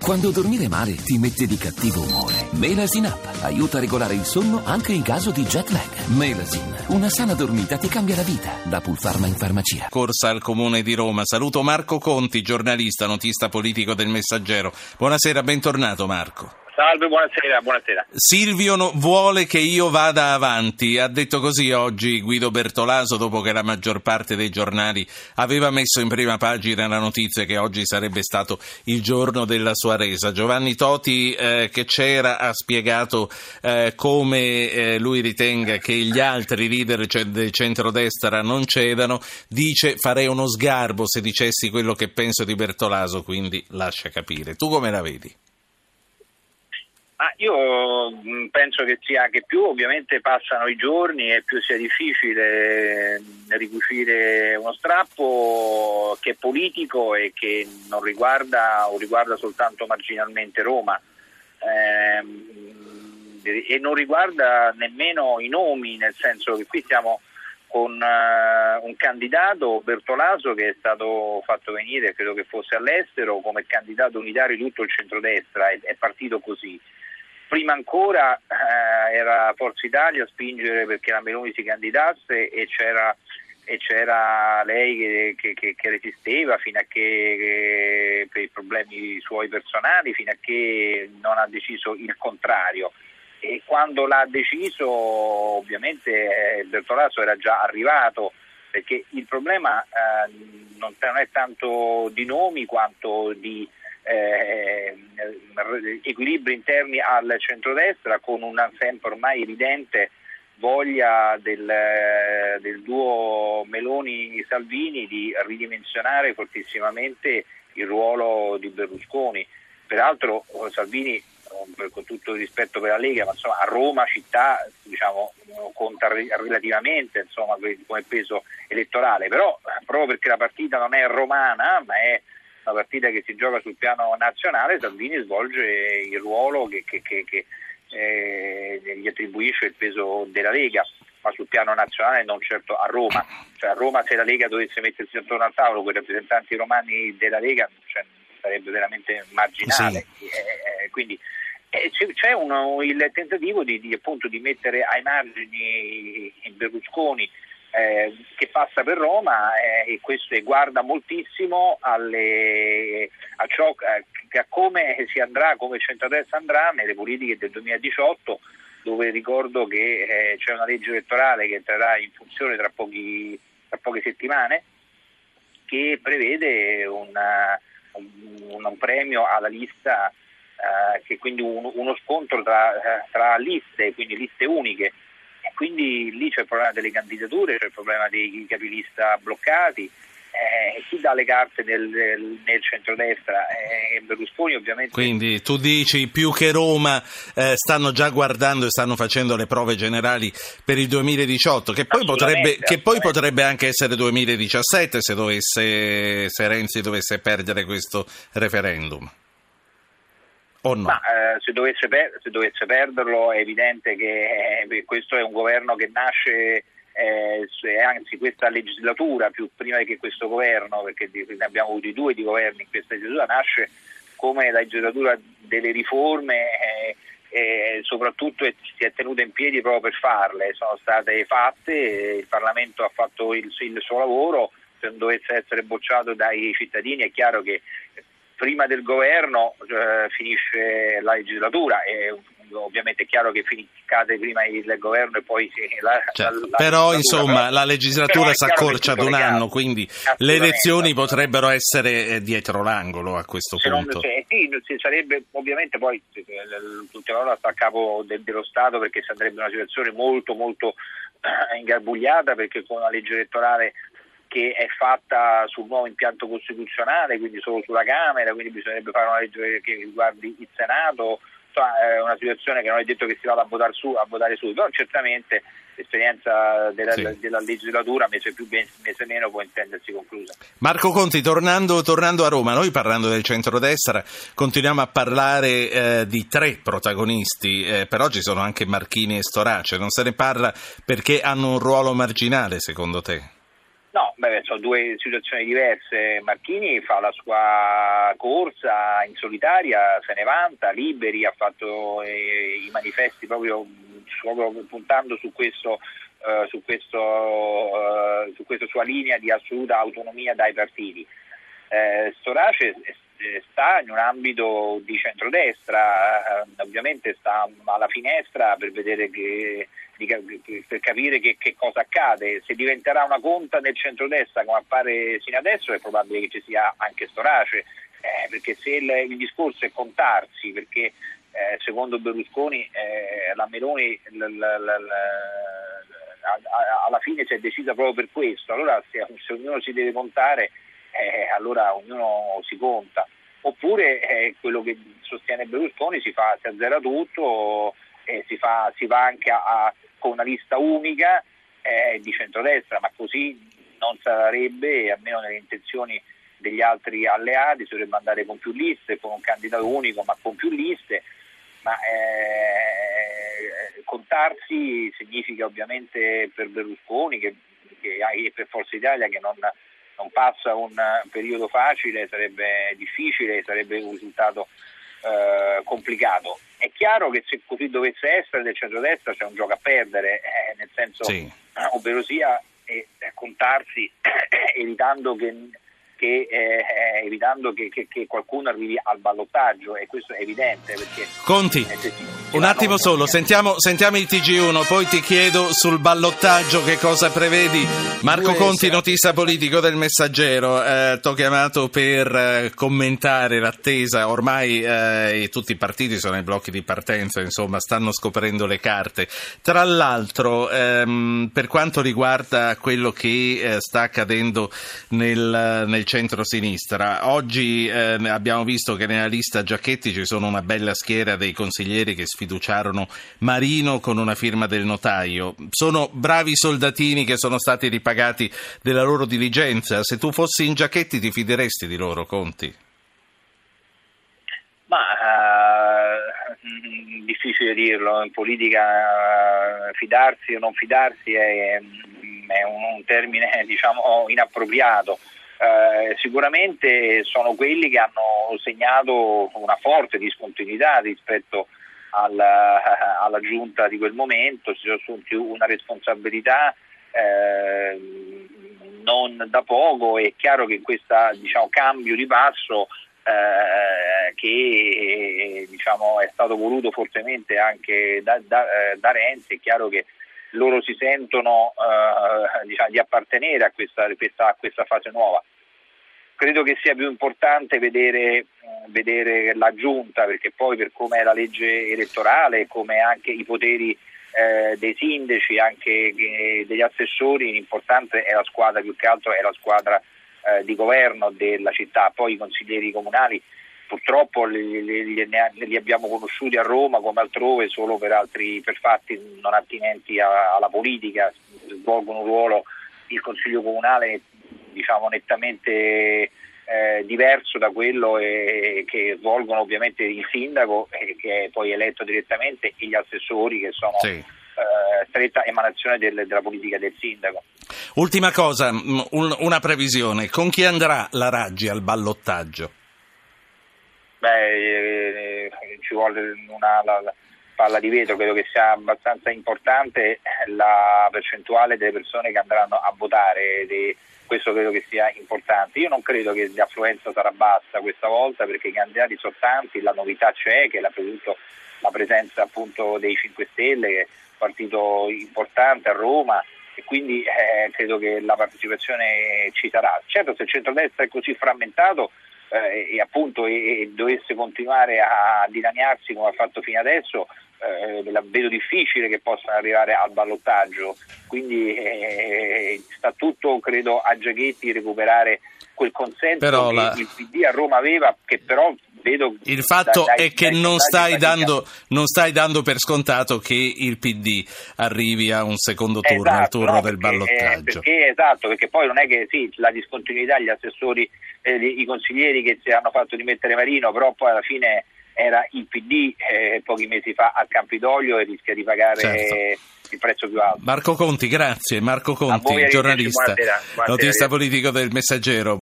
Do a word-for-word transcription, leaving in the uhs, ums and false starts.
Quando dormire male ti mette di cattivo umore, Melasin Up aiuta a regolare il sonno anche in caso di jet lag. Melasin, una sana dormita ti cambia la vita. Da Pulpharma in farmacia. Corsa al Comune di Roma. Saluto Marco Conti, giornalista, notista politico del Messaggero. Buonasera, bentornato Marco. Salve, buonasera, buonasera. Silvio no, vuole che io vada avanti, ha detto così oggi Guido Bertolaso dopo che la maggior parte dei giornali aveva messo in prima pagina la notizia che oggi sarebbe stato il giorno della sua resa. Giovanni Toti eh, che c'era ha spiegato eh, come eh, lui ritenga che gli altri leader cioè del centrodestra non cedano, dice farei uno sgarbo se dicessi quello che penso di Bertolaso, quindi lascia capire. Tu come la vedi? Ah, io penso che sia che più ovviamente passano i giorni e più sia difficile ricucire uno strappo che è politico e che non riguarda o riguarda soltanto marginalmente Roma eh, e non riguarda nemmeno i nomi, nel senso che qui siamo con uh, un candidato, Bertolaso, che è stato fatto venire, credo che fosse all'estero, come candidato unitario di tutto il centrodestra, è, è partito così. Prima ancora eh, era Forza Italia a spingere perché la Meloni si candidasse e c'era, e c'era lei che, che, che, che resisteva fino a che, che per i problemi suoi personali, fino a che non ha deciso il contrario. E quando l'ha deciso ovviamente eh, Bertolaso era già arrivato, perché il problema eh, non, non è tanto di nomi quanto di Eh, equilibri interni al centrodestra, con una sempre ormai evidente voglia del, del duo Meloni-Salvini di ridimensionare fortissimamente il ruolo di Berlusconi. Peraltro Salvini, con tutto il rispetto per la Lega, ma insomma a Roma città diciamo conta relativamente insomma come peso elettorale, però proprio perché la partita non è romana ma è una partita che si gioca sul piano nazionale, Salvini svolge il ruolo che, che, che, che eh, gli attribuisce il peso della Lega, ma sul piano nazionale non certo a Roma. Cioè a Roma, se la Lega dovesse mettersi attorno al tavolo con i rappresentanti romani della Lega, cioè, sarebbe veramente marginale. Sì. Eh, quindi eh, c'è uno, il tentativo di, di, appunto, di mettere ai margini Berlusconi, Eh, che passa per Roma eh, e questo e guarda moltissimo alle, a ciò eh, a come si andrà, come il centrodestra andrà nelle politiche del duemiladiciotto, dove ricordo che eh, c'è una legge elettorale che entrerà in funzione tra pochi tra poche settimane, che prevede una, un, un premio alla lista eh, che quindi un, uno scontro tra, tra liste, quindi liste uniche. Quindi lì c'è il problema delle candidature, c'è il problema dei capilista bloccati, eh, chi dà le carte nel, nel, nel centrodestra e eh, Berlusconi ovviamente. Quindi tu dici più che Roma eh, stanno già guardando e stanno facendo le prove generali per il duemiladiciotto, che poi potrebbe che poi potrebbe anche essere duemiladiciassette se dovesse se Renzi dovesse perdere questo referendum. O no? Ma, eh, se, dovesse per, se dovesse perderlo è evidente che eh, questo è un governo che nasce, eh, anzi questa legislatura, più prima che questo governo, perché ne abbiamo avuti due di governi in questa legislatura, nasce come la legislatura delle riforme eh, e soprattutto è, si è tenuta in piedi proprio per farle, sono state fatte, il Parlamento ha fatto il, il suo lavoro, se non dovesse essere bocciato dai cittadini è chiaro che prima del governo eh, finisce la legislatura e ovviamente è chiaro che cade prima il governo e poi la, cioè, la, la però insomma la legislatura si accorcia ad un anno, quindi le elezioni potrebbero essere dietro l'angolo a questo se punto. Non, se, sì, sarebbe ovviamente poi tutte le ore sta a capo de, dello Stato, perché sarebbe una situazione molto molto eh, ingarbugliata, perché con una legge elettorale che è fatta sul nuovo impianto costituzionale, quindi solo sulla Camera, quindi bisognerebbe fare una legge che riguardi il Senato, insomma è una situazione che non è detto che si vada a votare su, a votare su, però certamente l'esperienza della, sì. della legislatura, mese più mese meno, può intendersi conclusa. Marco Conti, tornando, tornando a Roma, noi parlando del centrodestra continuiamo a parlare eh, di tre protagonisti, eh, però ci sono anche Marchini e Storace, non se ne parla perché hanno un ruolo marginale secondo te? No, beh, sono due situazioni diverse. Marchini fa la sua corsa in solitaria, se ne vanta, Liberi ha fatto eh, i manifesti proprio, proprio puntando su questo, eh, su questo, eh, su questa sua linea di assoluta autonomia dai partiti. Eh, Storace sta in un ambito di centrodestra, eh, ovviamente sta alla finestra per vedere che, di, per capire che, che cosa accade. Se diventerà una conta nel centrodestra come appare sino adesso è probabile che ci sia anche Storace, eh, perché se il, il discorso è contarsi, perché eh, secondo Berlusconi eh, la Meloni l, l, l, l, alla fine si è decisa proprio per questo, allora se, se ognuno si deve contare Eh, allora ognuno si conta, oppure eh, quello che sostiene Berlusconi si fa, si azzera tutto, eh, si, fa, si va anche a, a, con una lista unica eh, di centrodestra, ma così non sarebbe, almeno nelle intenzioni degli altri alleati, si dovrebbe andare con più liste, con un candidato unico ma con più liste, ma eh, contarsi significa ovviamente per Berlusconi che, che, e per Forza Italia che non non passa un periodo facile, sarebbe difficile, sarebbe un risultato eh, complicato. È chiaro che se così dovesse essere del centrodestra c'è un gioco a perdere, eh, nel senso, sì. eh, ovvero sia eh, contarsi evitando che, che, eh, evitando che, che, che qualcuno arrivi al ballottaggio, e questo è evidente perché Conti. Eh, Un attimo solo, sentiamo, sentiamo il T G uno, poi ti chiedo sul ballottaggio che cosa prevedi. Marco Conti, notista politico del Messaggero, eh, t'ho chiamato per eh, commentare l'attesa, ormai eh, tutti i partiti sono ai blocchi di partenza, insomma stanno scoprendo le carte. Tra l'altro ehm, per quanto riguarda quello che eh, sta accadendo nel, nel centro-sinistra, oggi eh, abbiamo visto che nella lista Giachetti ci sono una bella schiera dei consiglieri che sfiduciarono Marino con una firma del notaio. Sono bravi soldatini che sono stati ripagati della loro diligenza. Se tu fossi in Giachetti ti fideresti di loro, Conti? Ma uh, difficile dirlo, in politica uh, fidarsi o non fidarsi è, è un, un termine diciamo inappropriato. Uh, sicuramente sono quelli che hanno segnato una forte discontinuità rispetto alla, alla giunta di quel momento, si sono assunti una responsabilità eh, non da poco. È chiaro che in questo diciamo, cambio di passo eh, che diciamo, è stato voluto fortemente anche da, da, da Renzi, è chiaro che loro si sentono eh, diciamo, di appartenere a questa, questa, a questa fase nuova. Credo che sia più importante vedere, vedere la giunta, perché poi per come è la legge elettorale, come anche i poteri eh, dei sindaci, anche eh, degli assessori, l'importante è la squadra, più che altro è la squadra eh, di governo della città. Poi i consiglieri comunali purtroppo li, li, li, li abbiamo conosciuti a Roma come altrove solo per altri per fatti non attinenti a, alla politica, svolgono un ruolo il consiglio comunale diciamo nettamente eh, diverso da quello eh, che svolgono ovviamente il sindaco eh, che è poi eletto direttamente e gli assessori che sono sì. eh, stretta emanazione del, della politica del sindaco. Ultima cosa, un, una previsione, con chi andrà la Raggi al ballottaggio? Beh, eh, ci vuole una la, la palla di vetro, credo che sia abbastanza importante la percentuale delle persone che andranno a votare, di, questo credo che sia importante. Io non credo che l'affluenza sarà bassa questa volta perché i candidati sono tanti, la novità c'è che è la, la presenza appunto dei cinque Stelle, che è un partito importante a Roma, e quindi eh, credo che la partecipazione ci sarà. Certo, se il centrodestra è così frammentato eh, e appunto e, e dovesse continuare a dilaniarsi come ha fatto fino adesso, eh, la vedo difficile che possano arrivare al ballottaggio, quindi eh, sta tutto credo a Giachetti recuperare quel consenso però che la... il P D a Roma aveva, che però vedo il fatto da, dai, è che non stai dando non stai dando per scontato che il P D arrivi a un secondo turno, esatto, al turno no, del perché, ballottaggio. Eh, perché, esatto, perché poi non è che sì, la discontinuità, gli assessori, eh, i consiglieri che si hanno fatto dimettere Marino, però poi alla fine era il P D eh, pochi mesi fa a Campidoglio e rischia di pagare certo. il prezzo più alto. Marco Conti, grazie. Marco Conti, giornalista, buonasera, buonasera. Notista politico del Messaggero.